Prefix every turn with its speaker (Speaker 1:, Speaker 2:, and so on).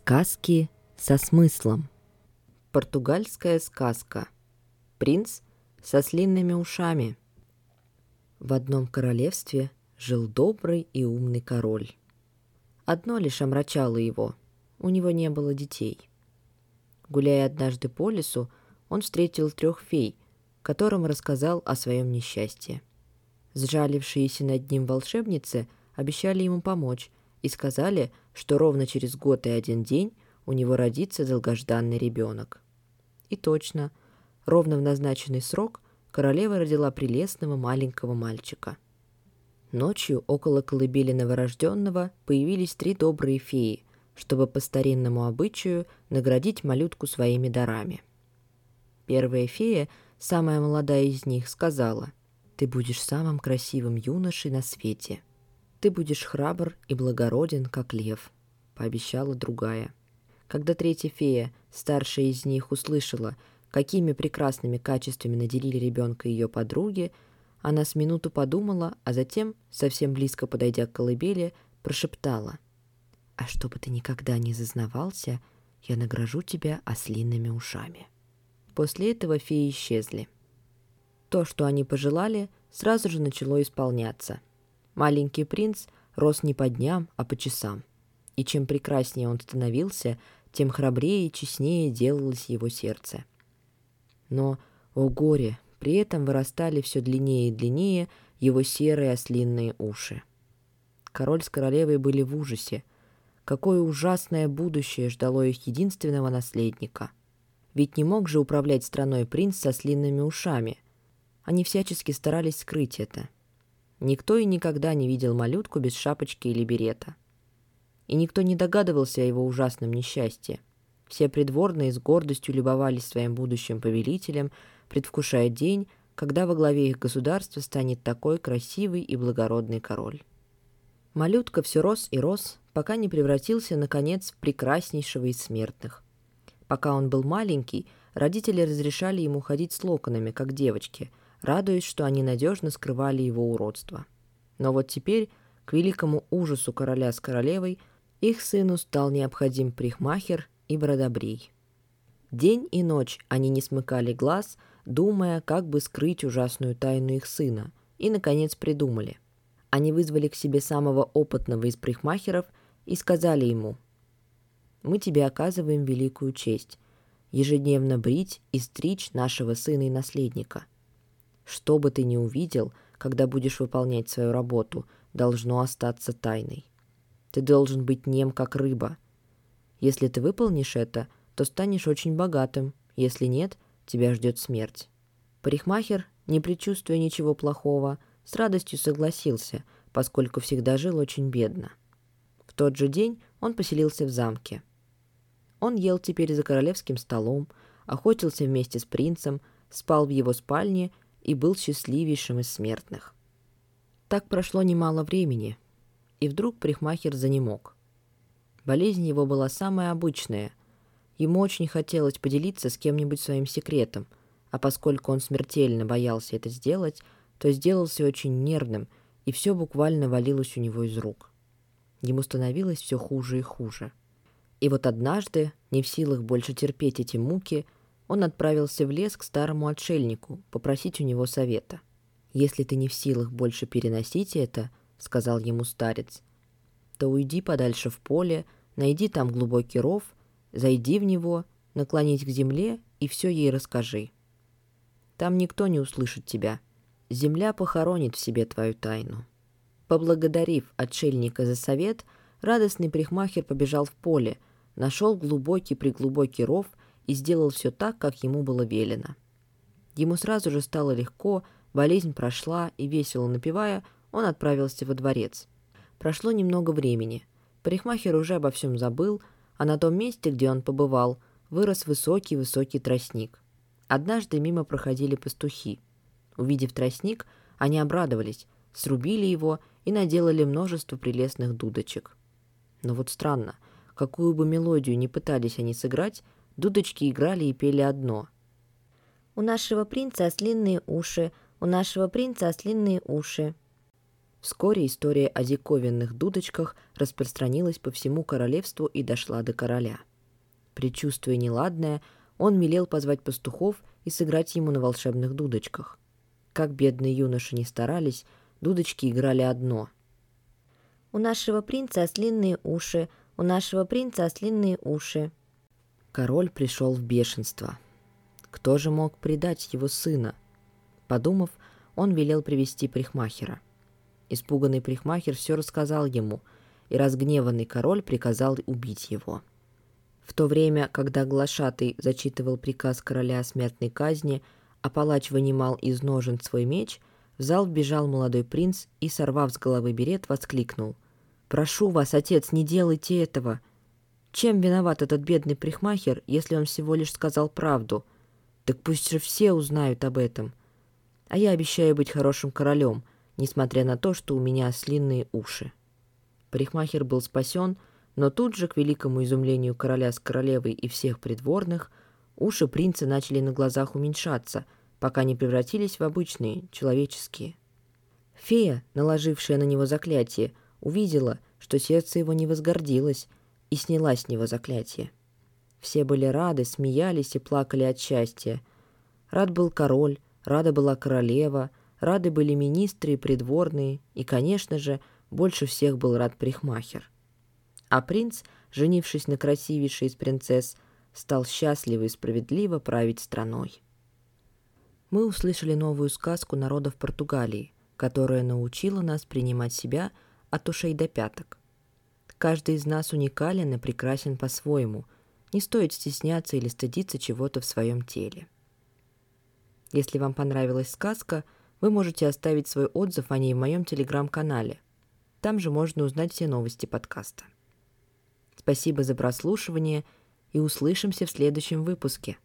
Speaker 1: Сказки со смыслом. Португальская сказка. Принц со слинными ушами. В одном королевстве жил добрый и умный король. Одно лишь омрачало его: у него не было детей. Гуляя однажды по лесу, он встретил 3 фей, которым рассказал о своем несчастье. Сжалившиеся над ним волшебницы обещали ему помочь и сказали, что ровно через год и 1 день у него родится долгожданный ребенок. И точно, ровно в назначенный срок королева родила прелестного маленького мальчика. Ночью около колыбели новорожденного появились 3 добрые феи, чтобы по старинному обычаю наградить малютку своими дарами. Первая фея, самая молодая из них, сказала: «Ты будешь самым красивым юношей на свете. Ты будешь храбр и благороден, как лев», — пообещала другая. Когда 3-я фея, старшая из них, услышала, какими прекрасными качествами наделили ребенка ее подруги, она с минуту подумала, а затем, совсем близко подойдя к колыбели, прошептала: «А чтобы ты никогда не зазнавался, я награжу тебя ослиными ушами». После этого феи исчезли. То, что они пожелали, сразу же начало исполняться. Маленький принц рос не по дням, а по часам. И чем прекраснее он становился, тем храбрее и честнее делалось его сердце. Но, о горе, при этом вырастали все длиннее и длиннее его серые ослиные уши. Король с королевой были в ужасе. Какое ужасное будущее ждало их единственного наследника. Ведь не мог же управлять страной принц со ослиными ушами. Они всячески старались скрыть это. Никто и никогда не видел малютку без шапочки или берета. И никто не догадывался о его ужасном несчастье. Все придворные с гордостью любовались своим будущим повелителем, предвкушая день, когда во главе их государства станет такой красивый и благородный король. Малютка все рос и рос, пока не превратился, наконец, в прекраснейшего из смертных. Пока он был маленький, родители разрешали ему ходить с локонами, как девочке, радуясь, что они надежно скрывали его уродство. Но вот теперь, к великому ужасу короля с королевой, их сыну стал необходим парикмахер и бродобрей. День и ночь они не смыкали глаз, думая, как бы скрыть ужасную тайну их сына, и, наконец, придумали. Они вызвали к себе самого опытного из парикмахеров и сказали ему: «Мы тебе оказываем великую честь — ежедневно брить и стричь нашего сына и наследника. Что бы ты ни увидел, когда будешь выполнять свою работу, должно остаться тайной. Ты должен быть нем, как рыба. Если ты выполнишь это, то станешь очень богатым, если нет, тебя ждет смерть». Парикмахер, не предчувствуя ничего плохого, с радостью согласился, поскольку всегда жил очень бедно. В тот же день он поселился в замке. Он ел теперь за королевским столом, охотился вместе с принцем, спал в его спальне и был счастливейшим из смертных. Так прошло немало времени, и вдруг парикмахер занемог. Болезнь его была самая обычная. Ему очень хотелось поделиться с кем-нибудь своим секретом, а поскольку он смертельно боялся это сделать, то сделался очень нервным, и все буквально валилось у него из рук. Ему становилось все хуже и хуже. И вот однажды, не в силах больше терпеть эти муки, он отправился в лес к старому отшельнику попросить у него совета. «Если ты не в силах больше переносить это, — сказал ему старец, — то уйди подальше в поле, найди там глубокий ров, зайди в него, наклонись к земле и все ей расскажи. Там никто не услышит тебя. Земля похоронит в себе твою тайну». Поблагодарив отшельника за совет, радостный парикмахер побежал в поле, нашел глубокий-преглубокий ров и сделал все так, как ему было велено. Ему сразу же стало легко, болезнь прошла, и, весело напевая, он отправился во дворец. Прошло немного времени. Парикмахер уже обо всем забыл, а на том месте, где он побывал, вырос высокий-высокий тростник. Однажды мимо проходили пастухи. Увидев тростник, они обрадовались, срубили его и наделали множество прелестных дудочек. Но вот странно, какую бы мелодию ни пытались они сыграть, дудочки играли и пели одно:
Speaker 2: «У нашего принца ослиные уши, у нашего принца ослиные уши».
Speaker 1: Вскоре история о диковинных дудочках распространилась по всему королевству и дошла до короля. Предчувствуя неладное, он велел позвать пастухов и сыграть ему на волшебных дудочках. Как бедные юноши не старались, дудочки играли одно.
Speaker 2: «У нашего принца ослиные уши, у нашего принца ослиные уши».
Speaker 1: Король пришел в бешенство. Кто же мог предать его сына? Подумав, он велел привести парикмахера. Испуганный парикмахер все рассказал ему, и разгневанный король приказал убить его. В то время, когда глашатай зачитывал приказ короля о смертной казни, а палач вынимал из ножен свой меч, в зал вбежал молодой принц и, сорвав с головы берет, воскликнул: «Прошу вас, отец, не делайте этого! Чем виноват этот бедный парикмахер, если он всего лишь сказал правду? Так пусть же все узнают об этом. А я обещаю быть хорошим королем, несмотря на то, что у меня ослиные уши». Парикмахер был спасен, но тут же, к великому изумлению короля с королевой и всех придворных, уши принца начали на глазах уменьшаться, пока не превратились в обычные, человеческие. Фея, наложившая на него заклятие, увидела, что сердце его не возгордилось, и сняла с него заклятие. Все были рады, смеялись и плакали от счастья. Рад был король, рада была королева, рады были министры и придворные, и, конечно же, больше всех был рад парикмахер. А принц, женившись на красивейшей из принцесс, стал счастливо и справедливо править страной. Мы услышали новую сказку народов Португалии, которая научила нас принимать себя от ушей до пяток. Каждый из нас уникален и прекрасен по-своему. Не стоит стесняться или стыдиться чего-то в своем теле. Если вам понравилась сказка, вы можете оставить свой отзыв о ней в моем телеграм-канале. Там же можно узнать все новости подкаста. Спасибо за прослушивание и услышимся в следующем выпуске.